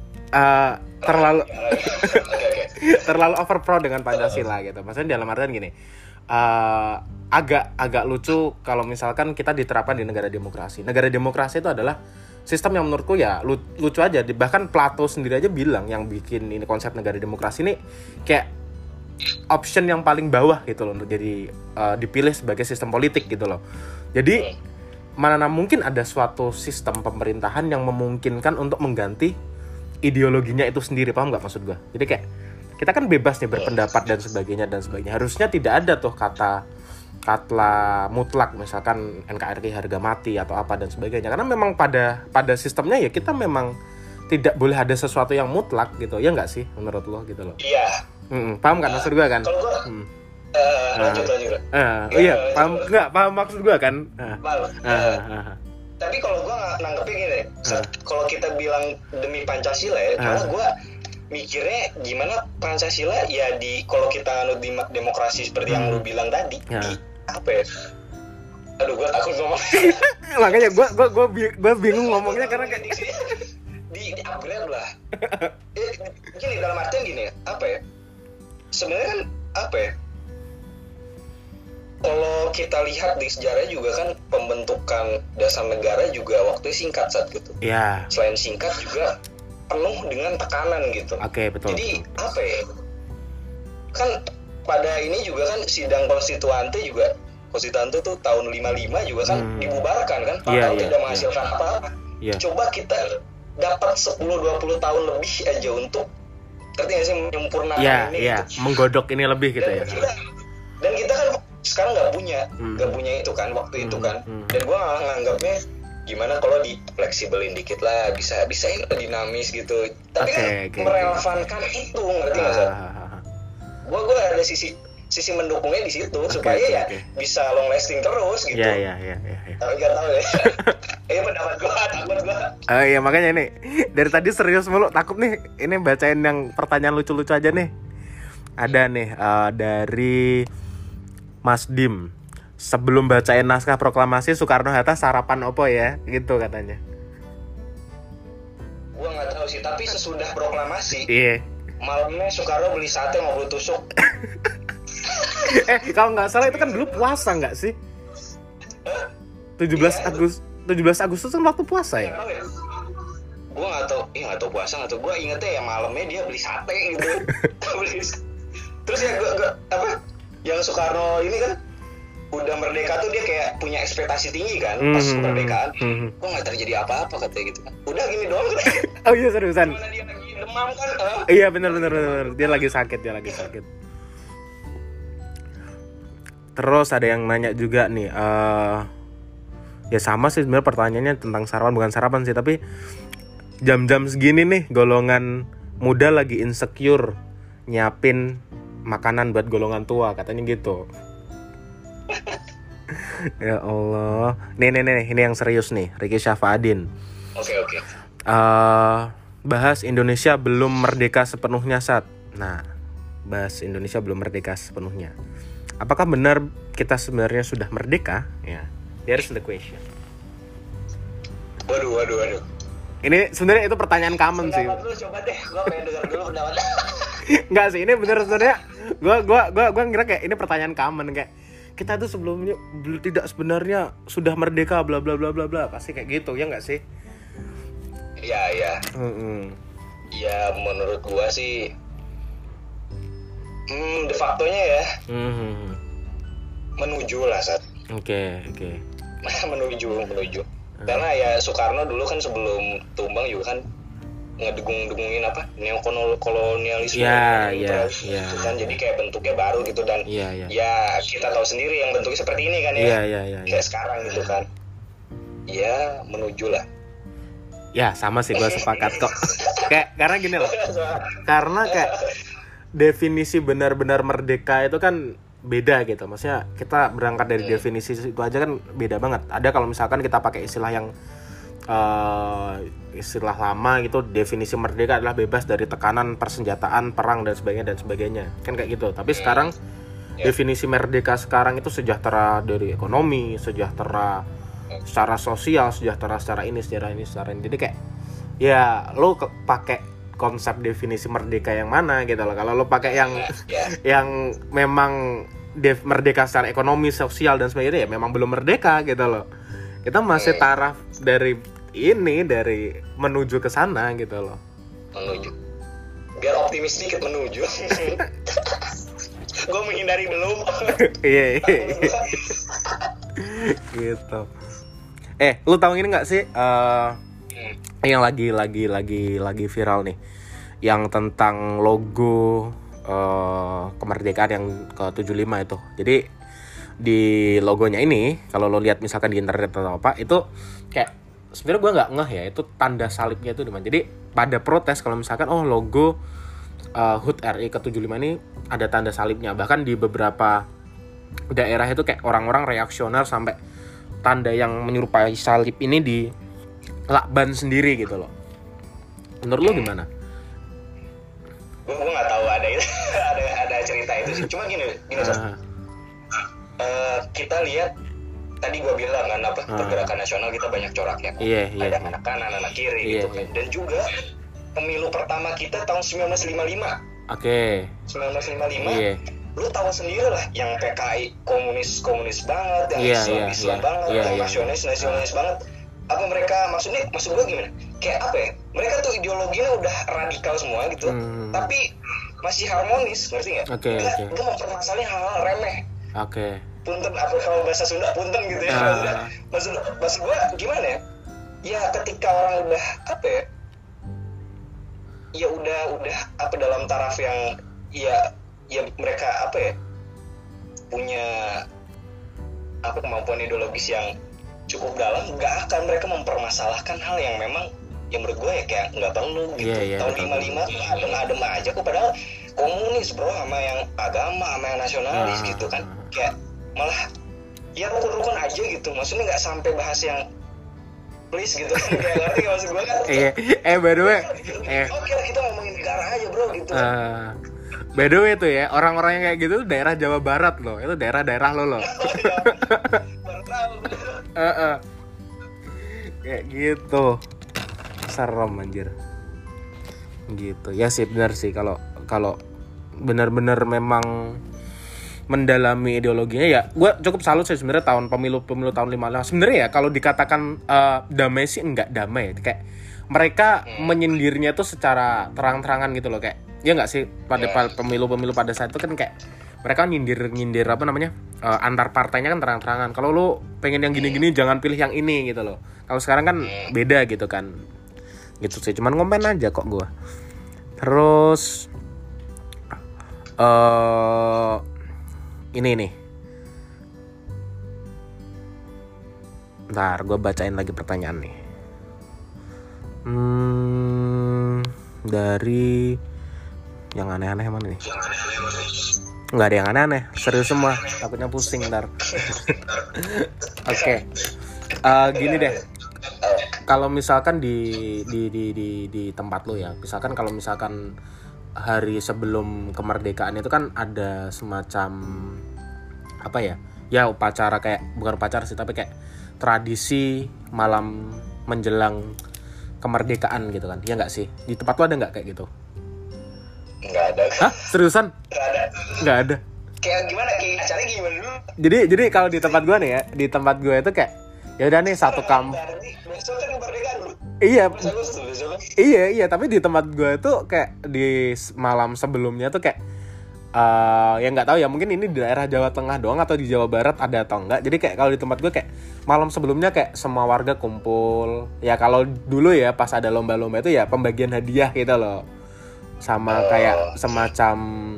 Terlalu overproud dengan Pancasila gitu. Maksudnya dalam artian gini, agak lucu kalau misalkan kita diterapkan di negara demokrasi. Negara demokrasi itu adalah sistem yang menurutku ya lucu aja. Bahkan Plato sendiri aja bilang yang bikin ini konsep negara demokrasi ini kayak option yang paling bawah gitu loh untuk jadi dipilih sebagai sistem politik gitu loh. Jadi mana mungkin ada suatu sistem pemerintahan yang memungkinkan untuk mengganti ideologinya itu sendiri, paham nggak maksud gue? Jadi kayak kita kan bebas nih berpendapat dan sebagainya. Harusnya tidak ada tuh kata mutlak misalkan NKRI harga mati atau apa dan sebagainya. Karena memang pada sistemnya ya kita memang tidak boleh ada sesuatu yang mutlak gitu. Ya nggak sih menurut lo gitu loh? Iya. Paham kan maksud gue kan? Kalau gue lanjut. Iya, paham maksud gue kan? Tapi kalau gue nanggepnya gini, kalau kita bilang demi Pancasila ya, karena gue mikirnya gimana Pancasila ya kalau kita anut di demokrasi seperti yang lu bilang tadi di apa ya? Aduh, gue takut ngomong. Makanya gue bingung ngomongnya karena kayak di upgrade lah. Gini, dalam artian gini, apa ya? Sebenarnya kan apa ya? Kalau kita lihat di sejarah juga kan pembentukan dasar negara juga waktunya singkat saat gitu. Iya. Selain singkat juga penuh dengan tekanan gitu. Oke, betul. Jadi apa ya? Kan pada ini juga kan sidang konstituante tuh tahun 55 juga kan dibubarkan kan, padahal tidak menghasilkan apa-apa. Coba kita dapat 10-20 tahun lebih aja untuk ngerti sih menyempurnakan ini. Iya, menggodok ini lebih gitu ya. Dan kita kan sekarang nggak punya itu kan waktu itu kan. Dan gue nganggapnya gimana kalau di fleksibelin dikit lah, bisa ini dinamis gitu. Tapi kan merelevankan itu, ngerti nggak sih? Gue ada sisi mendukungnya di situ supaya bisa long lasting terus gitu. Iya. Tapi nggak tahu ya. Pendapat gue, takut gue. Oh iya, makanya nih dari tadi serius mulu, takut nih ini bacain yang pertanyaan lucu-lucu aja nih. Ada nih dari Mas Dim. Sebelum bacain naskah proklamasi Soekarno-Hatta sarapan opo ya? Gitu katanya. Gua nggak tahu sih, tapi sesudah proklamasi. Iya. Malamnya Soekarno beli sate mau beli tusuk. Kalau nggak salah itu kan dulu puasa nggak sih? 17 Agustus kan waktu puasa ya? Gue nggak tahu puasa nggak tahu. Gue ingetnya ya malamnya dia beli sate gitu. Terus ya gue apa? Yang Soekarno ini kan udah merdeka tuh dia kayak punya ekspektasi tinggi kan pas kemerdekaan. Kok nggak terjadi apa-apa katanya gitu kan? Udah gini doang kan? Oh iya, seriusan? Gimana dia lagi demam kan? Iya benar. Dia lagi sakit. Terus ada yang nanya juga nih. Ya sama sih sebenarnya pertanyaannya tentang sarapan, bukan sarapan sih, tapi jam-jam segini nih golongan muda lagi insecure nyiapin makanan buat golongan tua katanya gitu. Ya Allah. Nih ini yang serius nih, Ricky Syafadin. Oke. Bahas Indonesia belum merdeka sepenuhnya saat. Nah, bahas Indonesia belum merdeka sepenuhnya. Apakah benar kita sebenarnya sudah merdeka? Ya, here's the question. Waduh. Ini sebenarnya itu pertanyaan common sih. Lu coba deh, gua pengen dengar dulu pendapat. Enggak sih, ini bener sebenarnya. Gua ngira kayak ini pertanyaan common kayak kita tuh sebelumnya tidak sebenarnya sudah merdeka bla bla bla bla bla. Pasti kayak gitu ya enggak sih? Iya. Ya menurut gua sih de factonya ya. Menuju lah Sat. Oke. Menuju. Karena ya Soekarno dulu kan sebelum tumbang juga kan ngedukungin apa neokolonialisme kan, jadi kayak bentuknya baru gitu dan ya kita tahu sendiri yang bentuknya seperti ini kan ya. Kayak sekarang gitu kan. Ya menuju lah. Ya sama sih, gue sepakat kok. Kayak karena gini loh. Karena kayak definisi benar-benar merdeka itu kan beda gitu. Maksudnya kita berangkat dari definisi itu aja kan beda banget. Ada kalau misalkan kita pakai istilah yang istilah lama gitu, definisi merdeka adalah bebas dari tekanan persenjataan, perang dan sebagainya kan kayak gitu. Tapi sekarang definisi merdeka sekarang itu sejahtera dari ekonomi, sejahtera secara sosial, sejahtera secara ini. Jadi kayak ya lo pakai konsep definisi merdeka yang mana gitu loh. Kalau lo pakai yang memang merdeka secara ekonomi, sosial dan sebagainya ya memang belum merdeka gitu loh. Kita masih taraf dari menuju ke sana gitu loh. Menuju. Biar optimis dikit menuju. Gue menghindari belum. Iya. Gitu. Lu tahu ini nggak sih? Yang lagi viral nih, yang tentang logo kemerdekaan yang ke-75 itu. Jadi di logonya ini kalau lo lihat misalkan di internet atau apa, itu kayak sebenarnya gue nggak ngeh ya itu tanda salibnya itu di mana. Jadi pada protes kalau misalkan logo HUT RI ke-75 ini ada tanda salibnya. Bahkan di beberapa daerah itu kayak orang-orang reaksioner sampai tanda yang menyerupai salib ini dilakban sendiri gitu loh. Menurut lo gimana? itu sih. Cuma gini Sat. Kita lihat tadi gue bilang kan apa pergerakan nasional kita banyak coraknya kan. Ada anak kanan, anak kiri gitu kan. Dan juga pemilu pertama kita tahun 1955. Oke. 1955. Lu tahu sendiri lah yang PKI komunis banget, yang Islam banget, yang nasionalis banget. Apa mereka maksud gue gimana? Kayak apa ya? Mereka tuh ideologinya udah radikal semua gitu. Tapi masih harmonis, ngerti nggak? Nggak mempermasalahin hal-hal remeh. Punten apa kalau bahasa Sunda punten gitu ya. Maksud gue gimana ya? Ya ketika orang udah apa ya? Ya udah apa dalam taraf yang ya mereka apa ya? Punya apa kemampuan ideologis yang cukup dalam, nggak akan mereka mempermasalahkan hal yang memang yang menurut gue ya kayak nggak perlu gitu. Tahun 55 tuh adem aja kok, padahal komunis bro sama yang agama sama yang nasionalis gitu kan, kayak malah ya rukun aja gitu, maksudnya nggak sampai bahas yang please gitu kan, kayak ngerti nggak maksud gue kan? By the way, oke kita ngomongin negara aja bro gitu. By the way tuh ya, orang-orang yang kayak gitu daerah Jawa Barat loh, itu daerah-daerah lo loh. Kayak gitu, serem anjir. Gitu ya sih, benar sih kalau benar-benar memang mendalami ideologinya ya. Gue cukup salut sih sebenarnya pemilu tahun 55. Sebenarnya ya kalau dikatakan damai sih enggak damai, kayak mereka menyindirnya tuh secara terang-terangan gitu loh, kayak ya nggak sih pada pemilu pada saat itu kan kayak mereka nyindir apa namanya antar partainya kan terang-terangan. Kalau lu pengen yang gini-gini jangan pilih yang ini gitu loh. Kalau sekarang kan beda gitu kan. Gitu sih, cuman ngomen aja kok gua. Terus ini nih. Bentar, gua bacain lagi pertanyaan nih. Dari yang aneh-aneh mana nih? Nggak ada yang aneh-aneh, serius semua, takutnya pusing ntar. Oke. Gini deh, kalau misalkan di tempat lo ya, misalkan kalau misalkan hari sebelum kemerdekaan itu kan ada semacam apa ya upacara, kayak bukan upacara sih tapi kayak tradisi malam menjelang kemerdekaan gitu kan, ya nggak sih? Di tempat lo ada nggak kayak gitu? Nggak ada. Hah? Seriusan? Nggak ada. Kayak gimana? Acaranya gimana dulu? Jadi kalau di tempat gue nih ya, di tempat gue itu kayak ya udah nih satu kampung. Besok kan kemerdekaan dulu. Iya, tapi di tempat gue tuh kayak di malam sebelumnya tuh kayak ya nggak tahu ya, mungkin ini di daerah Jawa Tengah doang atau di Jawa Barat ada atau enggak. Jadi kayak kalau di tempat gue kayak malam sebelumnya kayak semua warga kumpul. Ya kalau dulu ya pas ada lomba-lomba itu ya pembagian hadiah gitu loh. Sama kayak semacam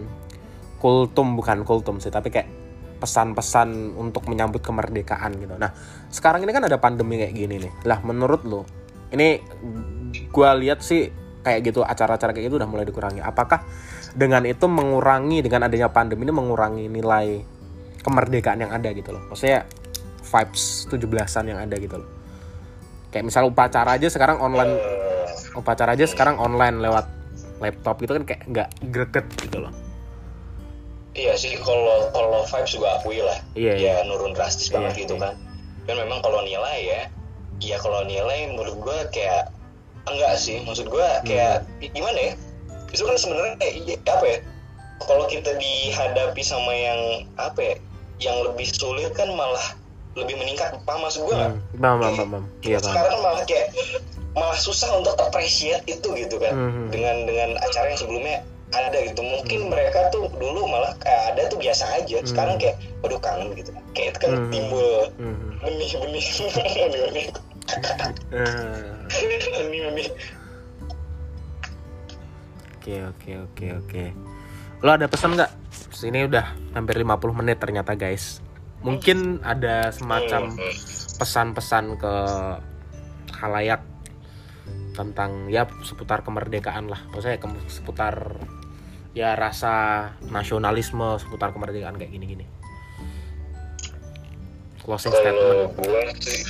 bukan kultum sih, tapi kayak pesan-pesan untuk menyambut kemerdekaan gitu. Nah, sekarang ini kan ada pandemi kayak gini nih. Lah, menurut lo, ini gue lihat sih kayak gitu, acara-acara kayak gitu udah mulai dikurangi. Apakah dengan itu dengan adanya pandemi ini mengurangi nilai kemerdekaan yang ada gitu loh? Maksudnya vibes 17-an yang ada gitu loh. Kayak misal upacara aja sekarang online lewat laptop gitu kan, kayak nggak greget gitu loh. Iya sih, kalau vibes juga akui lah. Iya. Nurun drastis banget gitu kan. Dan memang kalau nilai menurut gue kayak enggak sih. Maksud gue kayak gimana ya? Itu kan sebenarnya apa ya? Kalau kita dihadapi sama yang apa ya? Yang lebih sulit kan malah lebih meningkat. Paham maksud gue nggak? Paham. Iya, sekarang malah susah untuk appreciate itu gitu kan. Dengan acara yang sebelumnya ada gitu. Mungkin mereka tuh dulu malah kayak ada tuh biasa aja. Sekarang kayak waduh kangen gitu. Kayak itu kan timbul benih-benih. Benih-benih. Oke. Lo ada pesan nggak? Sini udah hampir 50 menit ternyata guys. Mungkin ada semacam pesan-pesan ke khalayak tentang ya seputar kemerdekaan lah. Maksudnya seputar ya rasa nasionalisme seputar kemerdekaan kayak gini-gini. Closing statement. Kalau gue sih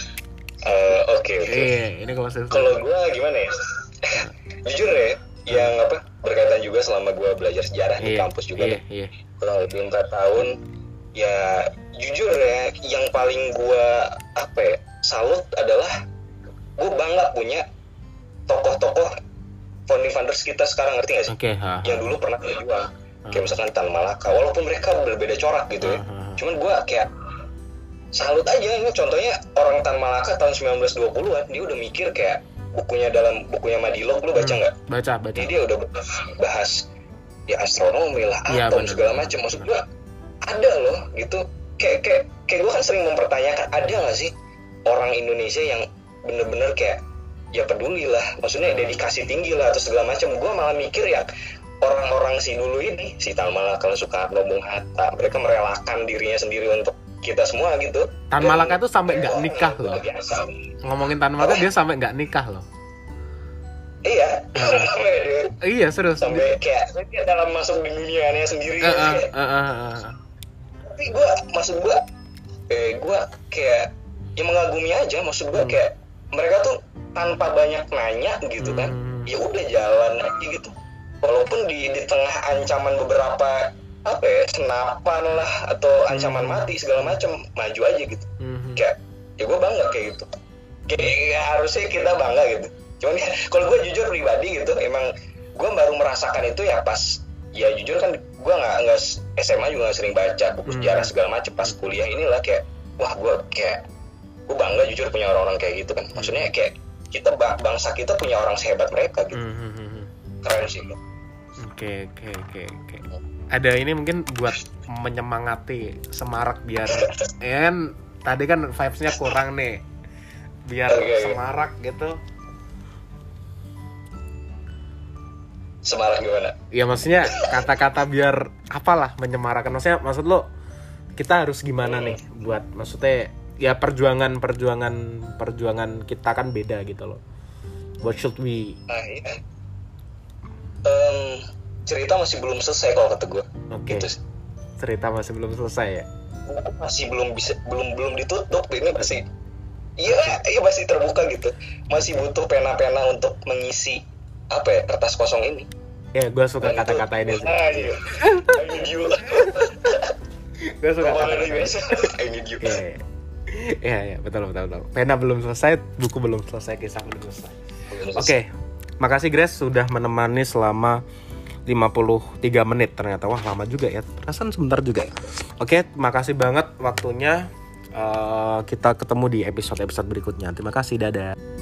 oke. Ini closing statement. Kalau gue gimana ya? Jujur ya, yang apa? berkaitan juga selama gue belajar sejarah di kampus juga kurang lebih 4 tahun. Ya jujur ya, yang paling gue salut adalah gue bangga punya tokoh-tokoh founding fathers kita sekarang, ngerti gak sih? Yang dulu pernah berjuang, kayak misalkan Tan Malaka, walaupun mereka berbeda corak gitu ya, cuman gue kayak salut aja. Ini contohnya orang Tan Malaka tahun 1920-an, dia udah mikir kayak bukunya Madilog, lu baca nggak? Baca. Jadi dia udah bahas ya astronomi lah, atom segala macam. Maksud gue ada loh gitu. Kayak gue kan sering mempertanyakan, ada nggak sih orang Indonesia yang bener-bener kayak ya peduli lah, maksudnya dedikasi tinggi lah atau segala macam. Gue malah mikir ya orang-orang si dulu ini, si Tan Malaka, Soekarno, Bung Hatta, mereka merelakan dirinya sendiri untuk kita semua gitu. Tan Malaka tuh sampai nggak nikah loh. Biasa. Ngomongin Tan Malaka, dia sampai nggak nikah loh. Iya. Iya serius. Sampai kayak dalam masuk di dunianya sendiri. Tapi gue kayak ya mengagumi aja. Maksud gue kayak mereka tuh tanpa banyak nanya gitu kan, ya udah jalan aja gitu. Walaupun di tengah ancaman beberapa senapan lah atau ancaman mati segala macam, maju aja gitu. Kayak ya gue bangga kayak gitu. Kayak harusnya kita bangga gitu. Cuman ya kalau gue jujur pribadi gitu, emang gue baru merasakan itu ya pas ya jujur kan gue nggak SMA juga nggak sering baca buku sejarah segala macam. Pas kuliah inilah kayak wah gue bangga jujur punya orang-orang kayak gitu kan. Maksudnya kayak kita bangsa kita punya orang sehebat mereka gitu. Keren sih. Oke. Ada ini mungkin buat menyemangati Semarak biar kan tadi kan vibes-nya kurang nih. Biar semarak gitu. Semarak gimana? Ya maksudnya kata-kata biar apalah menyemarakan. Maksudnya maksud lo kita harus gimana nih buat maksudnya ya perjuangan kita kan beda gitu loh. What should we? Cerita masih belum selesai kalau kata gue. Oke. Gitu. Cerita masih belum selesai ya? Masih belum ditutup, ini masih masih terbuka gitu. Masih butuh pena-pena untuk mengisi kertas kosong ini. Ya, gue suka kata-kata ini sih. I need you. Gue suka kata-kata I need you. Iya, betul. Pena belum selesai, buku belum selesai, kisah belum selesai. Oke. Makasih Grace sudah menemani selama 53 menit. Ternyata wah lama juga ya. Perasaan sebentar juga ya. Oke, makasih banget waktunya. Kita ketemu di episode berikutnya. Terima kasih, dadah.